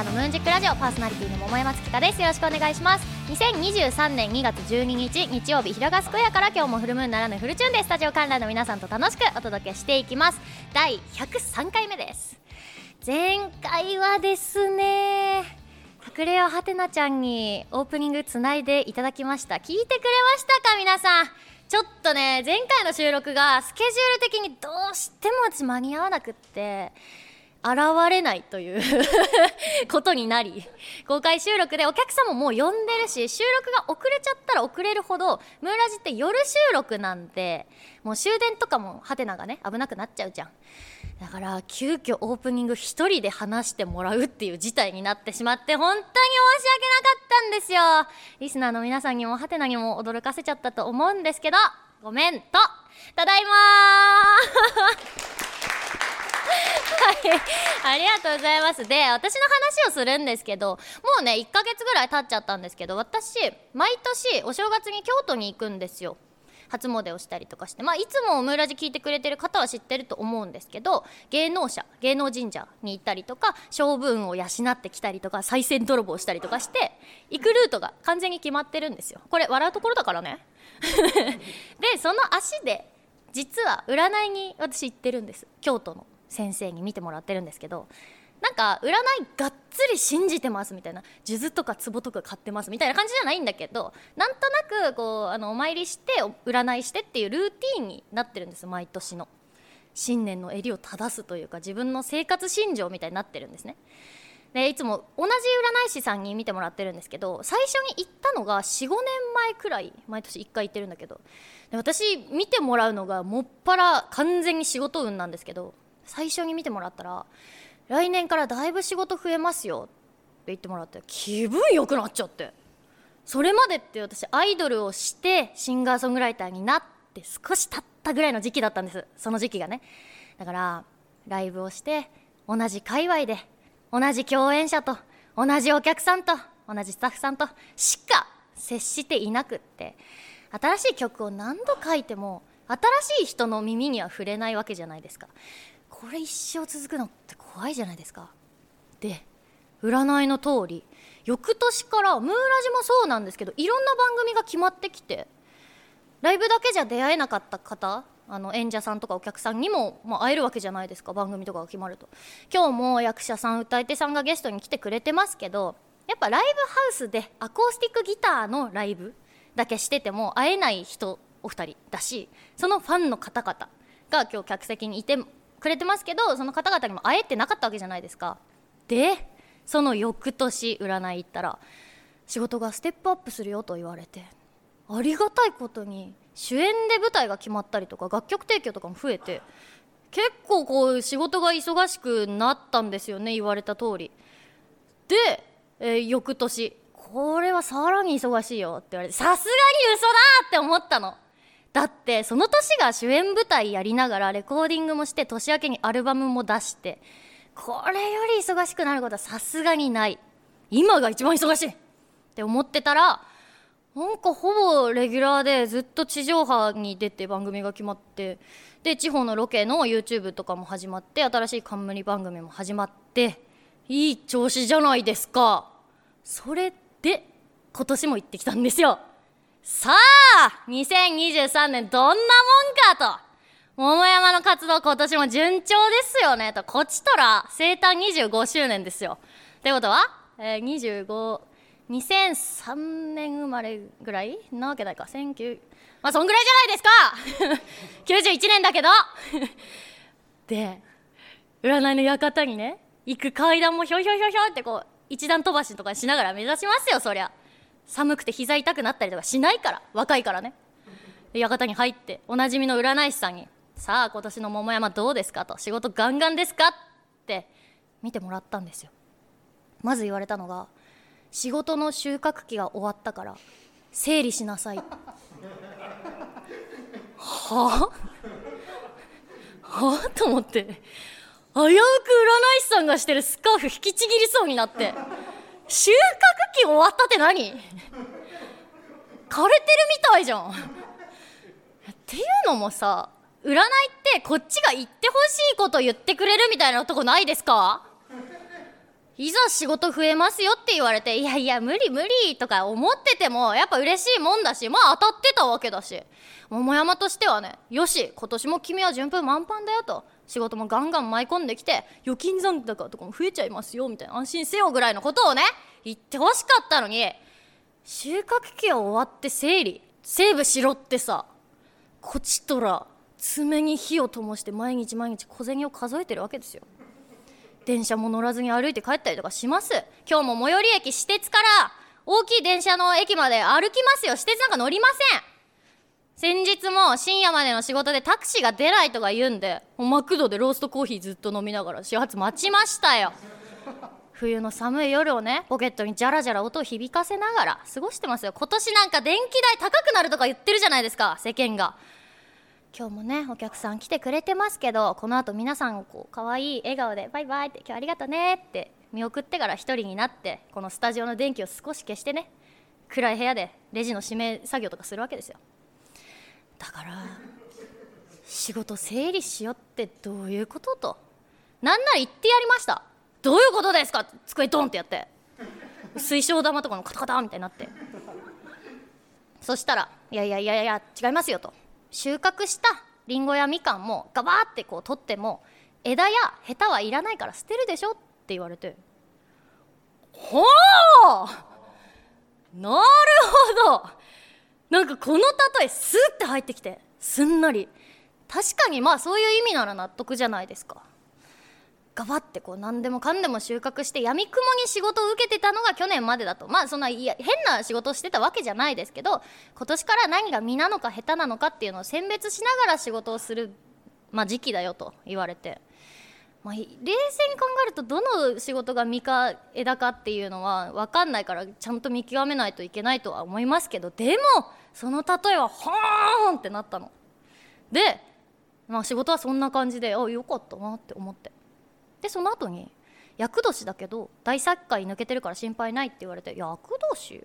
中のムーンジックラジオパーソナリティの桃山月香です。よろしくお願いします。2023年2月12日日曜日、平賀スクエアから今日もフルムーンならぬフルチューンでスタジオ観覧の皆さんと楽しくお届けしていきます。第103回目です。前回はですね、隠れよはてなちゃんにオープニングつないでいただきました。聞いてくれましたか皆さん。ちょっとね、前回の収録がスケジュール的にどうしても私間に合わなくって現れないということになり、公開収録でお客さんももう呼んでるし、収録が遅れちゃったら遅れるほどムーラジって夜収録なんで、もう終電とかもハテナがね危なくなっちゃうじゃん。だから急遽オープニング一人で話してもらうっていう事態になってしまって本当に申し訳なかったんですよ。リスナーの皆さんにもハテナにも驚かせちゃったと思うんですけど、ごめんとただいまはい、ありがとうございます。で、私の話をするんですけど、もうね1ヶ月ぐらい経っちゃったんですけど、私毎年お正月に京都に行くんですよ。初詣をしたりとかして、いつもムーラジ聞いてくれてる方は知ってると思うんですけど、芸能神社に行ったりとか、勝負運を養ってきたりとか、賽銭泥棒したりとかして行くルートが完全に決まってるんですよ。これ笑うところだからねで、その足で実は占いに私行ってるんです。京都の先生に見てもらってるんですけど、なんか占いがっつり信じてますみたいな、数珠とか壺とか買ってますみたいな感じじゃないんだけど、なんとなくこうお参りして占いしてっていうルーティーンになってるんです。毎年の新年の襟を正すというか、自分の生活信条みたいになってるんですね。で、いつも同じ占い師さんに見てもらってるんですけど、最初に行ったのが 4,5 年前くらい、毎年1回行ってるんだけど、で私見てもらうのがもっぱら完全に仕事運なんですけど、最初に見てもらったら来年からだいぶ仕事増えますよって言ってもらって、気分良くなっちゃって。それまでって私アイドルをしてシンガーソングライターになって少し経ったぐらいの時期だったんです。その時期がね。だからライブをして同じ界隈で同じ共演者と同じお客さんと同じスタッフさんとしか接していなくって、新しい曲を何度書いても新しい人の耳には触れないわけじゃないですか。これ一生続くのって怖いじゃないですか。で、占いの通り翌年からムーラジもそうなんですけど、いろんな番組が決まってきて、ライブだけじゃ出会えなかった方、演者さんとかお客さんにも、会えるわけじゃないですか、番組とかが決まると。今日も役者さん歌い手さんがゲストに来てくれてますけど、やっぱライブハウスでアコースティックギターのライブだけしてても会えない人お二人だし、そのファンの方々が今日客席にいてくれてますけど、その方々にも会えてなかったわけじゃないですか。で、その翌年占い行ったら仕事がステップアップするよと言われて、ありがたいことに主演で舞台が決まったりとか楽曲提供とかも増えて、結構こう仕事が忙しくなったんですよね、言われた通りで、翌年これはさらに忙しいよって言われて、さすがに嘘だって思ったの。だってその年が主演舞台やりながらレコーディングもして年明けにアルバムも出して、これより忙しくなることはさすがにない、今が一番忙しいって思ってたら、なんかほぼレギュラーでずっと地上波に出て番組が決まって、で地方のロケの YouTube とかも始まって、新しい冠番組も始まって、いい調子じゃないですか。それで今年も行ってきたんですよ。さあ2023年どんなもんかと。桃山の活動今年も順調ですよねと。こちとら生誕25周年ですよ。ってことは、2003年生まれぐらいなわけないか。1900、そんぐらいじゃないですか91年だけどで、占いの館にね行く階段もひょひょひょひょってこう一段飛ばしとかしながら目指しますよ。そりゃ寒くて膝痛くなったりとかしないから、若いからね。館に入っておなじみの占い師さんに、さあ今年の桃山どうですかと、仕事ガンガンですかって見てもらったんですよ。まず言われたのが、仕事の収穫期が終わったから整理しなさいはぁと思って、危うく占い師さんがしてるスカーフ引きちぎりそうになって、収穫期終わったって何枯れてるみたいじゃんっていうのもさ、占いってこっちが言ってほしいこと言ってくれるみたいなとこないですか？ いざ仕事増えますよって言われて、いやいや無理無理とか思っててもやっぱ嬉しいもんだし、まあ当たってたわけだし、桃山としてはね、よし今年も君は順風満帆だよと、仕事もガンガン舞い込んできて預金残高とかも増えちゃいますよみたいな、安心せよぐらいのことをね言ってほしかったのに、収穫期は終わってセーブしろってさ、こちとら爪に火を灯して毎日毎日小銭を数えてるわけですよ。電車も乗らずに歩いて帰ったりとかします。今日も最寄り駅私鉄から大きい電車の駅まで歩きますよ。私鉄なんか乗りません。先日も深夜までの仕事でタクシーが出ないとか言うんで、もうマクドでローストコーヒーずっと飲みながら始発待ちましたよ。冬の寒い夜をね、ポケットにジャラジャラ音を響かせながら過ごしてますよ。今年なんか電気代高くなるとか言ってるじゃないですか、世間が。今日もねお客さん来てくれてますけど、この後皆さんこう可愛い笑顔でバイバイって今日ありがとねって見送ってから一人になって、このスタジオの電気を少し消してね、暗い部屋でレジの指名作業とかするわけですよ。だから仕事整理しようってどういうことと、なんなら言ってやりました。どういうことですかって机ドンってやって、水晶玉とかのカタカタみたいになって、そしたらいや違いますよと、収穫したリンゴやみかんもガバーってこう取っても枝やヘタはいらないから捨てるでしょって言われて、ほーなるほど、なんかこの例えスーって入ってきてすんなり、確かにまあそういう意味なら納得じゃないですか。ガバってこう何でもかんでも収穫してやみくもに仕事を受けてたのが去年までだと、まあそんな変な仕事をしてたわけじゃないですけど、今年から何が実なのか下手なのかっていうのを選別しながら仕事をする、まあ、時期だよと言われて、まあ、冷静に考えるとどの仕事が実か枝かっていうのは分かんないからちゃんと見極めないといけないとは思いますけど、でもその例えはほーんってなったので、まあ、仕事はそんな感じでよかったなって思って、でその後に厄年だけど大作界抜けてるから心配ないって言われて、厄年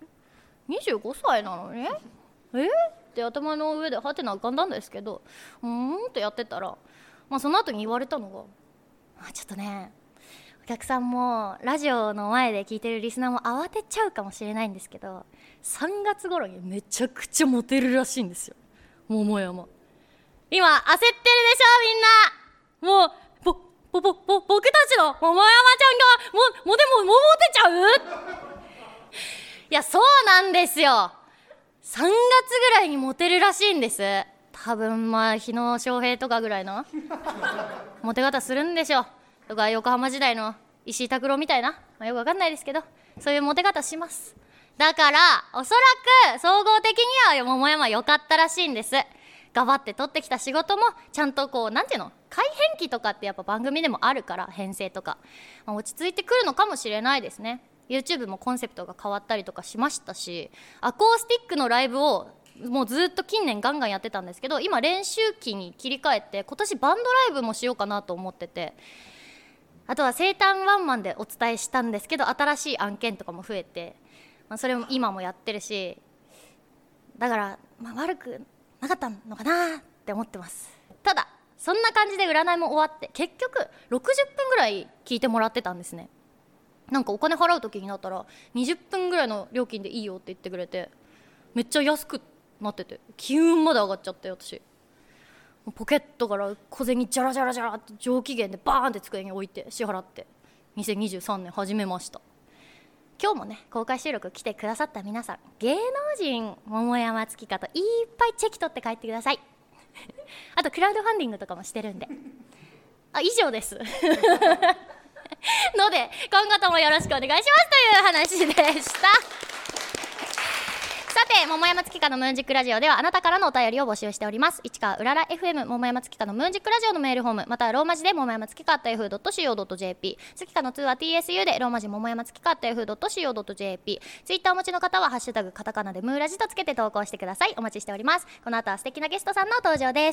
25歳なのにって頭の上でハテナ浮かんだんですけど、ってやってたら、まあ、その後に言われたのが、ちょっとねお客さんもラジオの前で聞いてるリスナーも慌てちゃうかもしれないんですけど、3月頃にめちゃくちゃモテるらしいんですよ、桃山。今焦ってるでしょみんな。もう僕たちの桃山ちゃんがもうモテちゃういやそうなんですよ、3月ぐらいにモテるらしいんです。多分まあ日野翔平とかぐらいのモテ方するんでしょうとか、横浜時代の石井拓郎みたいな、まあ、よくわかんないですけどそういうモテ方します。だからおそらく総合的には桃山良かったらしいんです。頑張って取ってきた仕事もちゃんとこうなんていうの、改変期とかってやっぱ番組でもあるから編成とか、まあ、落ち着いてくるのかもしれないですね。 YouTube もコンセプトが変わったりとかしましたし、アコースティックのライブをもうずっと近年ガンガンやってたんですけど、今練習期に切り替えて今年バンドライブもしようかなと思ってて、あとは生誕ワンマンでお伝えしたんですけど新しい案件とかも増えて、まあ、それも今もやってるし、だから、まあ、悪くなかったのかなって思ってます。ただそんな感じで占いも終わって結局60分ぐらい聞いてもらってたんですね。なんかお金払う時になったら20分ぐらいの料金でいいよって言ってくれて、めっちゃ安くなってて金運まで上がっちゃって私ポケットから小銭ジャラジャラジャラって上機嫌でバーンって机に置いて支払って2023年始めました。今日もね公開収録来てくださった皆さん、芸能人桃山月花といっぱいチェキ取って帰ってくださいあとクラウドファンディングとかもしてるんで、以上ですので今後ともよろしくお願いしますという話でしたさて桃山月花のムーンジックラジオではあなたからのお便りを募集しております。市川うらら FM 桃山月花のムーンジックラジオのメールフォーム、またはローマ字で桃山月花 .yahoo.co.jp、 月花の2は TSU でローマ字桃山月花 .yahoo.co.jp、 ツイッターお持ちの方はハッシュタグカタカナでムーラジとつけて投稿してください。お待ちしております。この後は素敵なゲストさんの登場です。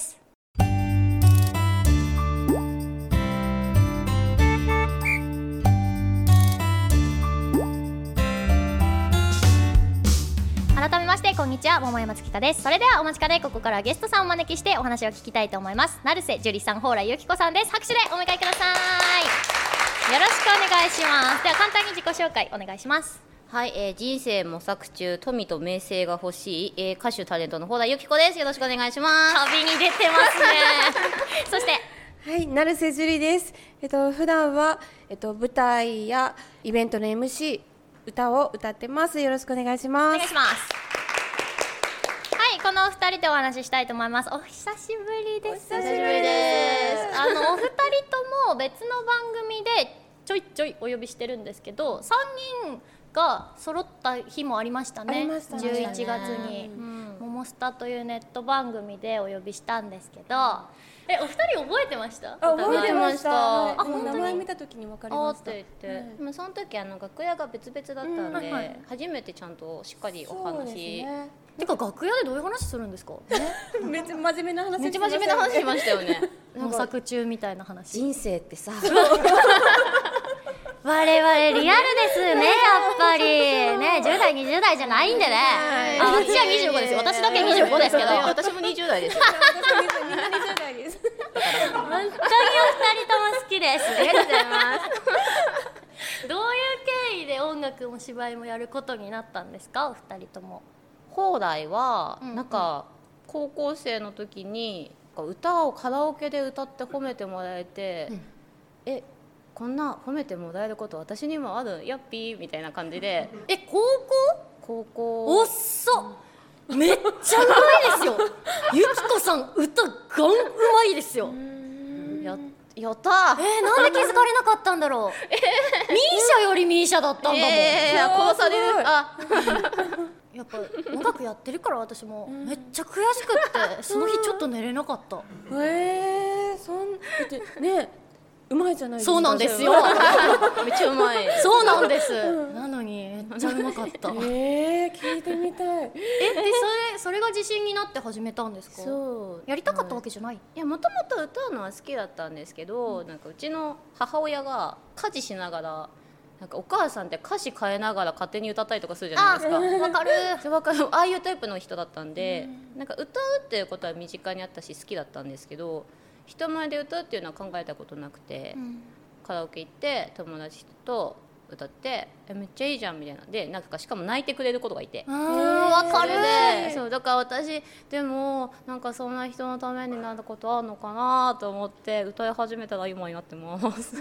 改めましてこんにちは、桃山月花です。それではお待ちかね、ここからゲストさんをお招きしてお話を聞きたいと思います。成瀬樹里さん、蓬莱由紀子さんです。拍手でお迎えください。 お願いします。では簡単に自己紹介お願いします。 はい、人生模索中、富と名声が欲しい、歌手タレントの蓬莱由紀子です。よろしくお願いします。 旅に出てますねそしてはい、成瀬樹里です。普段は舞台やイベントの MC、歌を歌ってます。よろしくお願いします。 お願いします。はい、このお二人でお話ししたいと思います。お久しぶりです。 お久しぶりです。 お二人とも別の番組でちょいちょいお呼びしてるんですけど、3人が揃った日もありましたね。 ありましたね。 11月に、モモスタというネット番組でお呼びしたんですけど、お二人覚えてました？ 覚えてました。 あ、本当に名前見た時に分かりました。 って言って、でもその時楽屋が別々だったんで、初めてちゃんとしっかりお話。 てか楽屋でどういう話するんですか？ めっちゃ真面目な話。 めっちゃ真面目な話しましたよね。 模索中みたいな話。 人生ってさ。 我々リアルですね、やっぱりね。10代20代じゃないんでね。私は25ですよ。私だけ25ですけど。 私も20代ですよ。 みんな20代です。 本当にお二人とも好きです。 ありがとうございます。 どういう経緯で音楽も芝居もやることになったんですか、お二人とも？ 蓬莱はなんか高校生の時に歌をカラオケで歌って褒めてもらえて、こんな褒めてもらえること私にもある、やっぴーみたいな感じで。高校おっそ、めっちゃうまいですよゆきこさん歌ガンうまいですよ。 やったー。 なんで気づかれなかったんだろう。ミーシャよりミーシャだったんだもん。 こうされる。 やっぱ音楽やってるから私もめっちゃ悔しくってその日ちょっと寝れなかった。 そんね、うまいじゃないですか。 そうなんですよめっちゃうまい。 そうなんです、なのにめっちゃうまかった聞いてみたい。 それが自信になって始めたんですか？ そう、 やりたかったわけじゃない？ いや、もともと歌うのは好きだったんですけど、なんかうちの母親が家事しながら、なんかお母さんって歌詞変えながら勝手に歌ったりとかするじゃないですか。 わかる。 わかる。ああいうタイプの人だったんで、なんか歌うっていうことは身近にあったし好きだったんですけど、人前で歌うっていうのは考えたことなくて、カラオケ行って友達と歌ってめっちゃいいじゃんみたいなで、なんかしかも泣いてくれる子がいて、 わかる。 そうだから私でもなんかそんな人のためになることあるのかなと思って歌い始めたら今になってます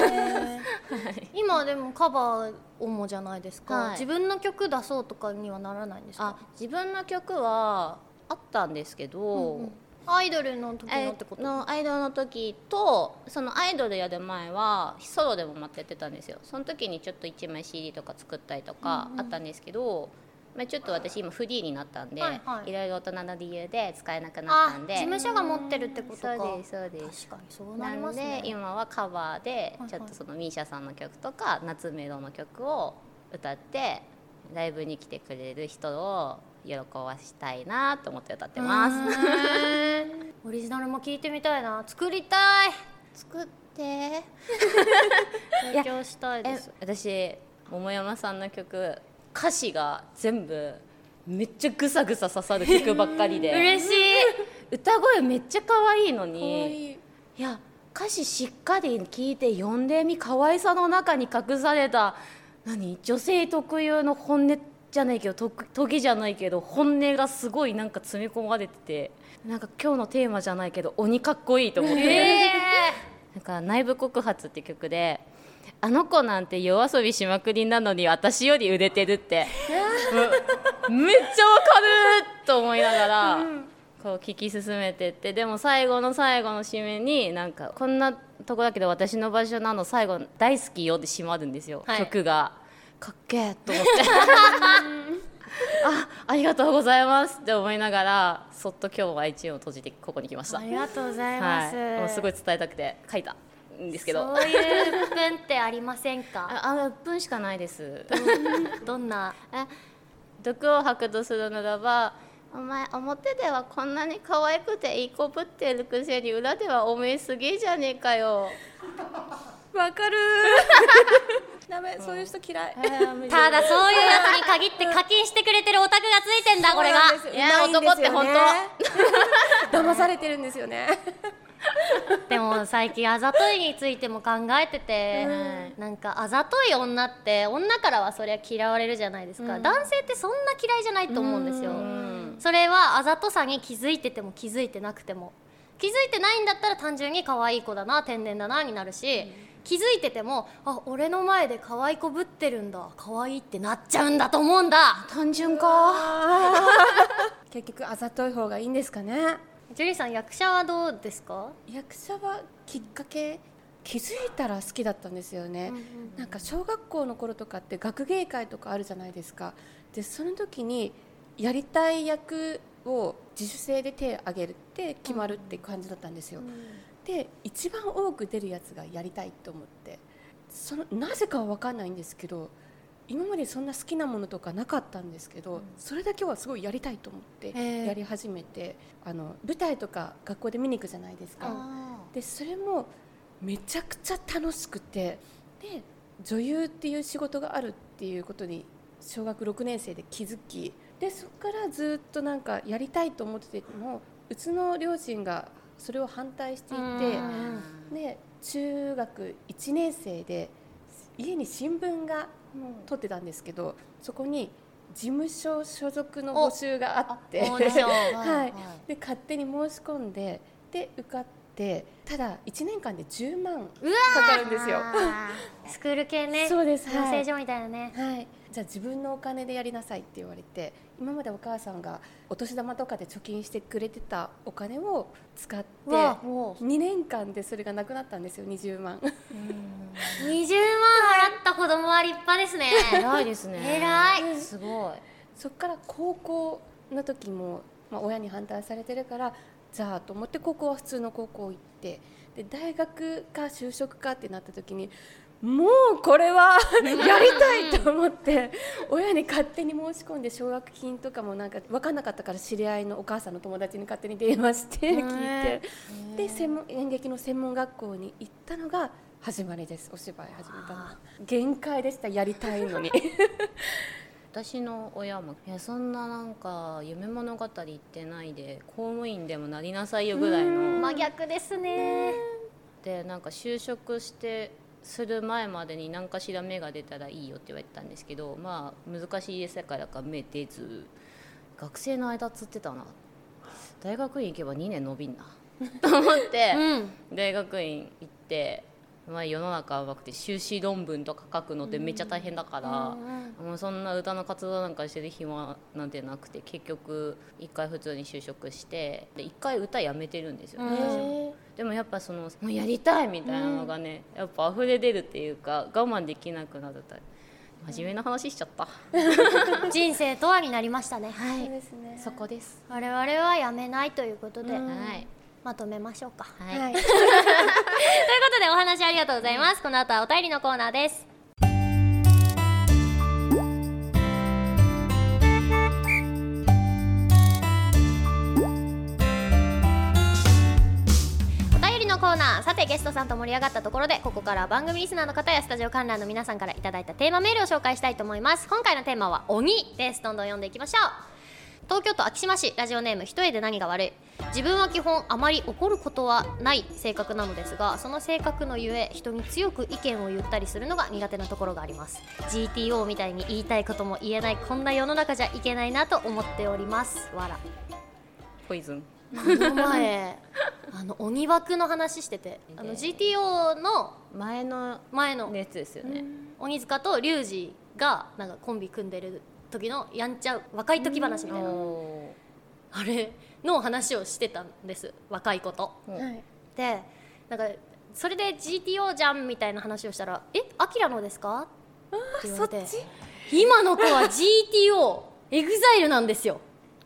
今でもカバー主じゃないですか、 はい、 自分の曲出そうとかにはならないんですか？ 自分の曲はあったんですけど、 アイドルの時のってこと？ アイドルの時と、そのアイドルやる前はソロでもまたやってたんですよ。その時にちょっと1枚 CD とか作ったりとかあったんですけど、ちょっと私今フリーになったんで、いろいろ大人の理由で使えなくなったんで。 事務所が持ってるってことか。 そうですそうです。 確かにそうなりますね。 なんで今はカバーでちょっとそのミーシャさんの曲とか夏メロの曲を歌ってライブに来てくれる人を喜ばしたいなと思って歌ってますオリジナルも聴いてみたいな。作りたい。 作って勉強したいです。 私桃山さんの曲歌詞が全部めっちゃぐさぐさ刺さる曲ばっかりで嬉しい。 歌声めっちゃ可愛いのに、いや歌詞しっかり聞いて読んでみ、可愛さの中に隠された女性特有の本音じゃないけどトゲじゃないけど本音がすごいなんか詰め込まれてて、なんか今日のテーマじゃないけど鬼かっこいいと思って、なんか内部告発って曲で、あの子なんて夜遊びしまくりなのに私より売れてるってめっちゃわかると思いながら、こう聞き進めてって、でも最後の最後の締めになんかこんなとこだけど私の場所なの最後大好きよで締まるんですよ、曲がかっけーと思ってありがとうございますって思いながらそっと今日は1を閉じてここに来ました。 ありがとうございます、 もうすごい伝えたくて書いたんですけど。 そういう鬱憤ってありませんか？ 鬱憤しかないです。 どんな？ 毒を吐くとするならば、お前表ではこんなに可愛くていい子ぶってるくせに裏ではおめえすげえじゃねえかよ。 わかるダメ、そういう人嫌い。 ただそういうやつに限って課金してくれてるオタクがついてんだこれが。 いや男って本当騙されてるんですよねでも最近あざといについても考えてて、なんかあざとい女って女からはそりゃ嫌われるじゃないですか、男性ってそんな嫌いじゃないと思うんですよ。それはあざとさに気づいてても気づいてなくても、気づいてないんだったら単純に可愛い子だな天然だなになるし、気づいててもあ俺の前で可愛い子ぶってるんだ可愛いってなっちゃうんだと思うんだ。 単純か。 結局あざとい方がいいんですかね。 ジュリーさん役者はどうですか？ 役者はきっかけ気づいたら好きだったんですよね、なんか小学校の頃とかって学芸会とかあるじゃないですか。でその時にやりたい役を自主性で手を挙げるって決まるって感じだったんですよ、で一番多く出るやつがやりたいと思って、なぜかは分かんないんですけど、今までそんな好きなものとかなかったんですけど、それだけはすごいやりたいと思ってやり始めて、舞台とか学校で見に行くじゃないですか。でそれもめちゃくちゃ楽しくて、で女優っていう仕事があるっていうことに小学6年生で気づき、でそこからずっとなんかやりたいと思ってても、うちの両親がそれを反対していて、で中学1年生で家に新聞が撮ってたんですけど、そこに事務所所属の募集があってオーディションはい、で勝手に申し込んで、で受かって、ただ1年間で10万かかるんですよ。 スクール系ね。 そうです、 養成所みたいなね、 はい、じゃあ自分のお金でやりなさいって言われて、今までお母さんがお年玉とかで貯金してくれてたお金を使って2年間でそれがなくなったんですよ。20万 20万払った子供は立派ですね。 偉いですね。 偉い、 すごい。 そこから高校の時も、親に反対されてるから、じゃあと思って高校は普通の高校行って、で大学か就職かってなった時に、もうこれはやりたいと思って親に勝手に申し込んで、奨学金とかもなんか分かんなかったから、知り合いのお母さんの友達に勝手に電話して聞いて、で演劇の専門学校に行ったのが始まりです。お芝居始めたの限界でした、やりたいのに私の親もいやそんななんか夢物語言ってないで公務員でもなりなさいよぐらいの真逆ですね。 でなんか就職してする前までに何かしら芽が出たらいいよって言われてたんですけど、難しい世界だから芽出ず、学生の間つってたな、大学院行けば2年伸びんなと思って、大学院行って、世の中甘くて修士論文とか書くのってめっちゃ大変だから、もうそんな歌の活動なんかしてる暇なんてなくて、結局一回普通に就職して、で一回歌やめてるんですよ、私も。でもやっぱもうやりたいみたいなのがね、やっぱ溢れ出るっていうか、我慢できなくなったり、真面目な話しちゃった人生とはになりましたね。 そうですね、 そこです。 我々はやめないということで、 はい、 まとめましょうか。 はい、 ということでお話ありがとうございます。この後はお便りのコーナーです。コーナー、さてゲストさんと盛り上がったところで、ここからは番組リスナーの方やスタジオ観覧の皆さんからいただいたテーマメールを紹介したいと思います。今回のテーマは鬼です。どんどん読んでいきましょう。東京都昭島市、ラジオネーム一重で何が悪い。自分は基本あまり怒ることはない性格なのですが、その性格のゆえ人に強く意見を言ったりするのが苦手なところがあります。 GTO みたいに言いたいことも言えない、こんな世の中じゃいけないなと思っております。わら。 ポイズン。 この前鬼枠の話してて、GTO の前のやつですよね。 鬼塚と龍二がなんかコンビ組んでる時のやんちゃ若い時話みたいな、あれの話をしてたんです、若い子と。でなんかそれで GTO じゃんみたいな話をしたら、アキラのですかって言われて、今の子は GTO エグザイルなんですよ。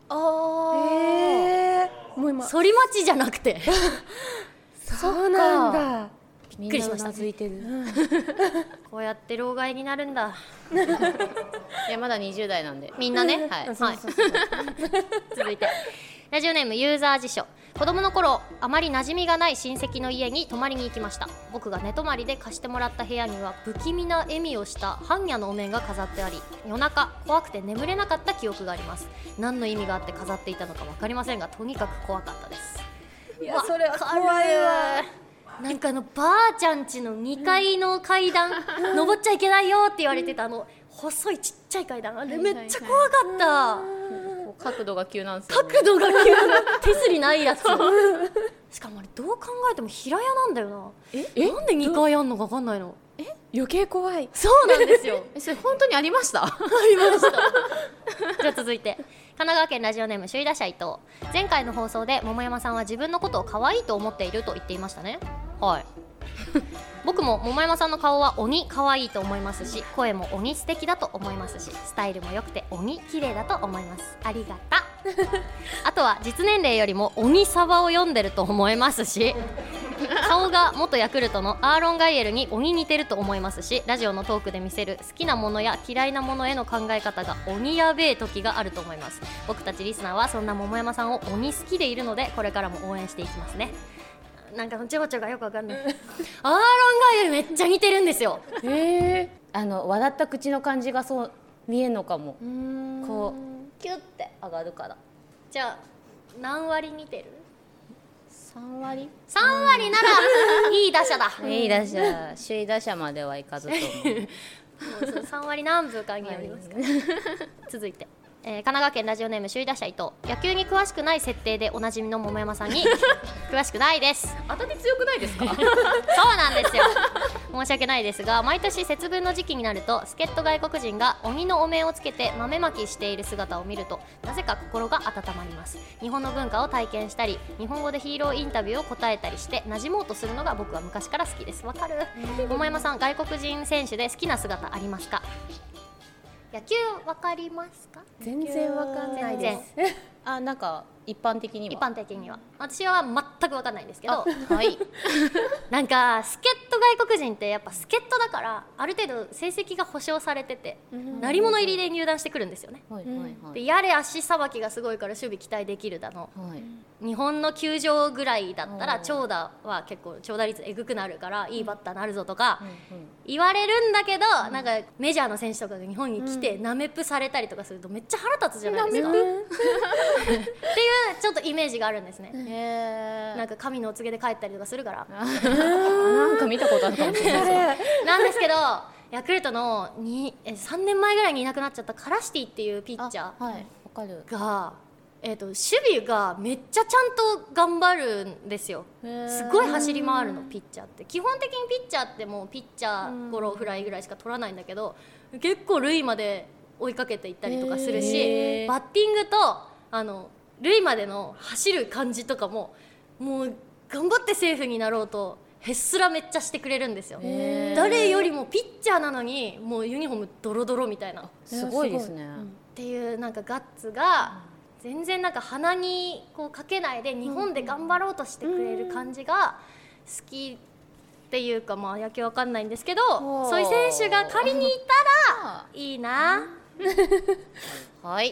もう今反町じゃなくてそうなんだ。 びっくりしました。 みんなうなずいてるこうやって老害になるんだいやまだ20代なんでみんなねはい、 続いてラジオネームユーザー辞書。子供の頃あまり馴染みがない親戚の家に泊まりに行きました。僕が寝泊まりで貸してもらった部屋には不気味な笑みをした般若のお面が飾ってあり、夜中怖くて眠れなかった記憶があります。何の意味があって飾っていたのか分かりませんが、とにかく怖かったです。 いやそれは怖いわ。 なんかばあちゃん家の2階の階段、登っちゃいけないよって言われてた細いちっちゃい階段、あれめっちゃ怖かった、 角度が急なんですよ、ね、 角度が急な手すりないやつしかもあれどう考えても平屋なんだよな。なんで2階あんのか分かんないの。 余計怖い。 そうなんですよそれ本当にありました？ ありましたじゃあ続いて神奈川県ラジオネーム首位打者伊藤。前回の放送で桃山さんは自分のことを可愛いと思っていると言っていましたね。はい僕も桃山さんの顔は鬼可愛いと思いますし、声も鬼素敵だと思いますし、スタイルも良くて鬼綺麗だと思います。ありがたあとは実年齢よりも鬼サバを読んでると思いますし、顔が元ヤクルトのアーロン・ガイエルに鬼似てると思いますし、ラジオのトークで見せる好きなものや嫌いなものへの考え方が鬼やべえ時があると思います。僕たちリスナーはそんな桃山さんを鬼好きでいるので、これからも応援していきますね。なんかちょこちょこがよくわかんないアーロン・ガイエルめっちゃ似てるんですよ。 笑った口の感じがそう見えんのかも。こうキュッて上がるから。 じゃあ何割似てる ？3割 ？3割ならいい打者だいい打者、首位打者まではいかずと思うもう3割何分かによりますから続いて神奈川県ラジオネーム首位打者伊藤。野球に詳しくない設定でおなじみの桃山さんに詳しくないです。 当たり強くないですか？ そうなんですよ申し訳ないですが、毎年節分の時期になると助っ人外国人が鬼のお面をつけて豆まきしている姿を見るとなぜか心が温まります。日本の文化を体験したり、日本語でヒーローインタビューを答えたりして馴染もうとするのが僕は昔から好きです。わかる？桃山さん、外国人選手で好きな姿ありますか？野球わかりますか？ 全然わかんないです。 なんか一般的には私は全くわかんないんですけどはいなんか助っ人外国人ってやっぱ助っ人だからある程度成績が保証されてて、鳴り物入りで入団してくるんですよね。でやれ足さばきがすごいから守備期待できるだの、日本の球場ぐらいだったら長打は結構長打率えぐくなるからいいバッターになるぞとか言われるんだけど、なんかメジャーの選手とかが日本に来てナメプされたりとかするとめっちゃ腹立つじゃないですかっていうちょっとイメージがあるんですね。なんか神のお告げで帰ったりとかするからなんか見たことあるかもしれないなんですけど、ヤクルトの3年前ぐらいにいなくなっちゃったカラシティっていうピッチャーが守備がめっちゃちゃんと頑張るんですよ。すごい走り回るのピッチャーって。基本的にピッチャーってもうピッチャーゴロフライぐらいしか取らないんだけど、結構塁まで追いかけていったりとかするし、バッティングと塁までの走る感じとかももう頑張ってセーフになろうとへっすらめっちゃしてくれるんですよ。誰よりもピッチャーなのにもうユニフォームドロドロみたいな、 すごいですね、 っていうなんかガッツが全然なんか鼻にこうかけないで日本で頑張ろうとしてくれる感じが好きっていうか、まあ野球わかんないんですけど、そういう選手が仮にいたらいいなはい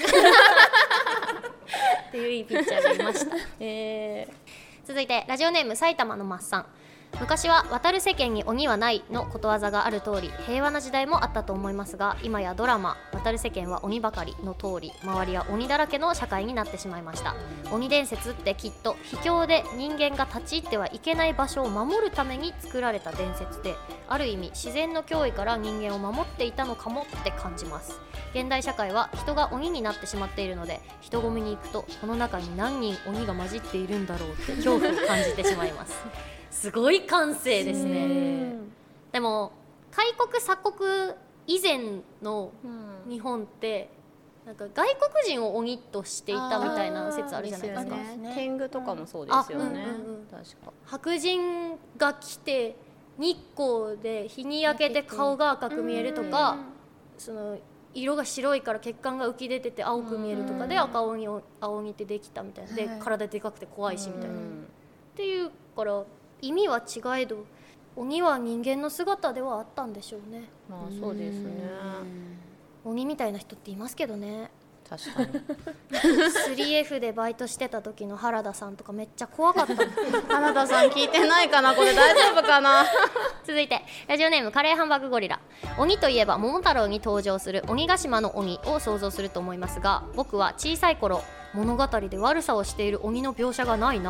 っていういいピッチャーがいました続いてラジオネーム埼玉のマッサン。昔は渡る世間に鬼はないのことわざがある通り平和な時代もあったと思いますが、今やドラマ渡る世間は鬼ばかりの通り周りは鬼だらけの社会になってしまいました。鬼伝説ってきっと秘境で人間が立ち入ってはいけない場所を守るために作られた伝説で、ある意味自然の脅威から人間を守っていたのかもって感じます。現代社会は人が鬼になってしまっているので、人混みに行くとこの中に何人鬼が混じっているんだろうって恐怖を感じてしまいますすごい感性ですね。でも開国鎖国以前の日本ってなんか外国人を鬼としていたみたいな説あるじゃないですか。 天狗とかもそうですよね、確か白人が来て日光で日に焼けて顔が赤く見えるとか、その色が白いから血管が浮き出てて青く見えるとかで赤鬼ってできたみたいなで、体でかくて怖いしみたいなっていうから意味は違えど鬼は人間の姿ではあったんでしょうね。 まあそうですね、 鬼みたいな人っていますけどね。 確かに 3F でバイトしてた時の原田さんとかめっちゃ怖かった原田さん聞いてないかな、これ大丈夫かな続いてラジオネームカレーハンバーグゴリラ。鬼といえば桃太郎に登場する鬼ヶ島の鬼を想像すると思いますが、僕は小さい頃物語で悪さをしている鬼の描写がないな。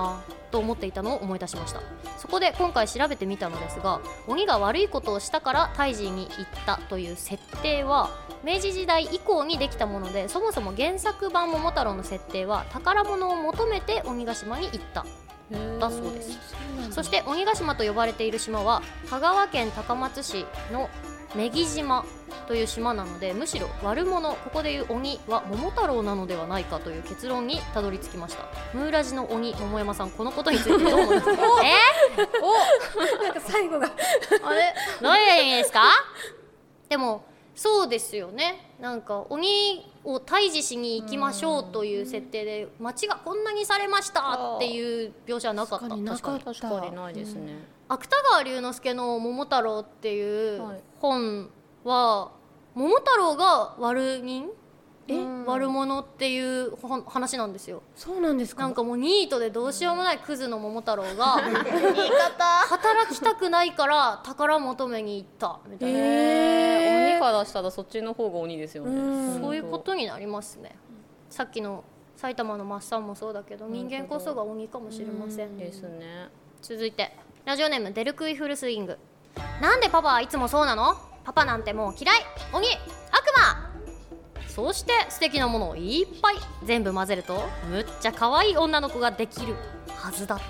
と思っていたのを思い出しました。そこで今回調べてみたのですが、鬼が悪いことをしたから退治に行ったという設定は明治時代以降にできたもので、そもそも原作版桃太郎の設定は宝物を求めて鬼ヶ島に行っただそうです。そして鬼ヶ島と呼ばれている島は香川県高松市の女木島という島なので、むしろ悪者、ここでいう鬼は桃太郎なのではないかという結論にたどり着きました。ムーラジの鬼、桃山さん、このことについてどう思いますか？ なんか最後があれどういう意味ですか？でもそうですよね。なんか鬼を退治しに行きましょうという設定で町がこんなにされましたっていう描写はなかった。確かにないですね。 芥川龍之介の桃太郎っていう本は、桃太郎が悪人、悪者っていう話なんですよ。 そうなんですか。 なんかもうニートでどうしようもないクズの桃太郎が働きたくないから宝求めに行ったみたいな、 鬼からしたらそっちの方が鬼ですよね。 そういうことになりますね。さっきの埼玉のマッサンもそうだけど、人間こそが鬼かもしれませんですね。 続いてラジオネームデルクイフルスイング。なんでパパはいつもそうなの？パパなんてもう嫌い、鬼、悪魔。そうして素敵なものをいっぱい全部混ぜるとむっちゃ可愛い女の子ができるはずだった。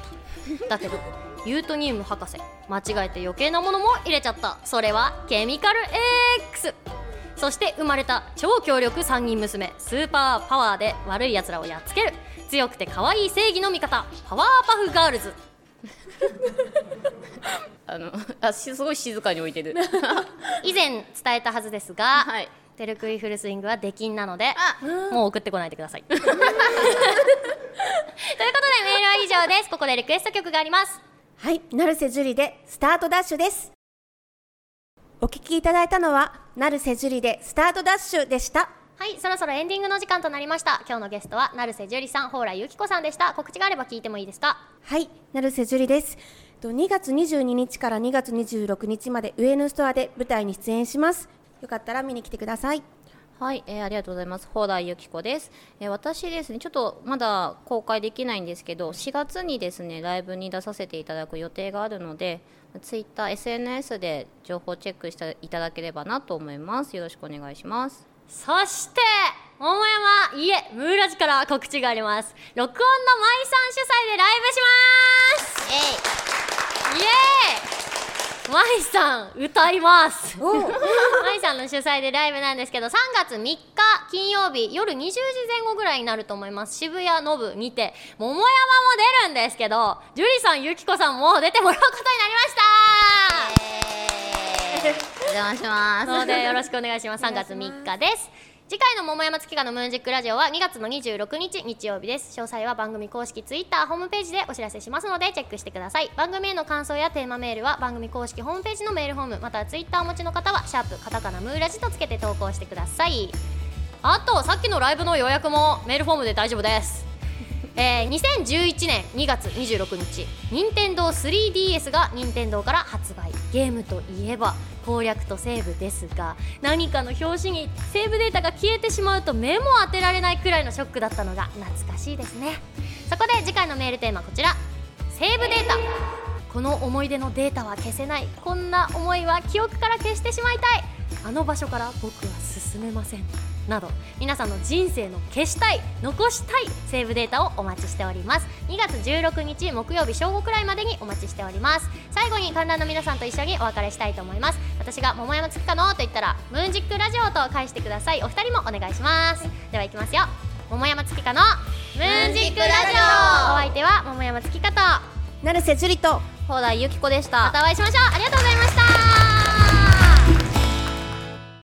だけどユートニウム博士間違えて余計なものも入れちゃった。それはケミカル X。 そして生まれた超強力3人娘、スーパーパワーで悪い奴らをやっつける強くて可愛い正義の味方、パワーパフガールズ。 すごい静かに置いてる以前伝えたはずですが、はい、テルクイフルスイングは出禁なのでもう送ってこないでくださいということでメールは以上です。ここでリクエスト曲があります。 はい、成瀬樹里でスタートダッシュです。お聞きいただいたのは成瀬樹里でスタートダッシュでした。 はい、そろそろエンディングの時間となりました。今日のゲストは成瀬樹里さん、蓬莱由紀子さんでした。告知があれば聞いてもいいですか？ はい、成瀬樹里です。2月22日から2月26日までウエヌストアで舞台に出演します。よかったら見に来てください。 はい、ありがとうございます。蓬莱由紀子です。私ですね、ちょっとまだ公開できないんですけど、4月にですねライブに出させていただく予定があるので、ツイッター SNS で情報チェックしていただければなと思います。よろしくお願いします。 そして桃山ムーラジから告知があります。録音の舞さん主催でライブします。イエーイ。舞さん歌います舞さんの主催でライブなんですけど、3月3日金曜日夜20時前後ぐらいになると思います。渋谷ノブにて桃山も出るんですけど、樹里さんゆきこさんも出てもらうことになりました。 お邪魔しますのでよろしくお願いします。3月3日です。次回の桃山月花のムーンジックラジオは2月の26日日曜日です。詳細は番組公式ツイッターホームページでお知らせしますのでチェックしてください。番組への感想やテーマメールは番組公式ホームページのメールフォーム、またはツイッターをお持ちの方はシャープカタカナムーラジとつけて投稿してください。あとさっきのライブの予約もメールフォームで大丈夫です。2011年2月26日任天堂 3DS が任天堂から発売。ゲームといえば攻略とセーブですが、何かの拍子にセーブデータが消えてしまうと目も当てられないくらいのショックだったのが懐かしいですね。そこで次回のメールテーマはこちら、セーブデータ。この思い出のデータは消せない、こんな思いは記憶から消してしまいたい、あの場所から僕は進めませんなど、皆さんの人生の消したい残したいセーブデータをお待ちしております。2月16日木曜日正午くらいまでにお待ちしております。最後に観覧の皆さんと一緒にお別れしたいと思います。私が桃山月花のと言ったらムーンジックラジオと返してください。お二人もお願いします。ではいきますよ。桃山月花のムーンジックラジオ、お相手は桃山月花と成瀬樹里と蓬莱由紀子でした。 またお会いしましょう。ありがとうございました。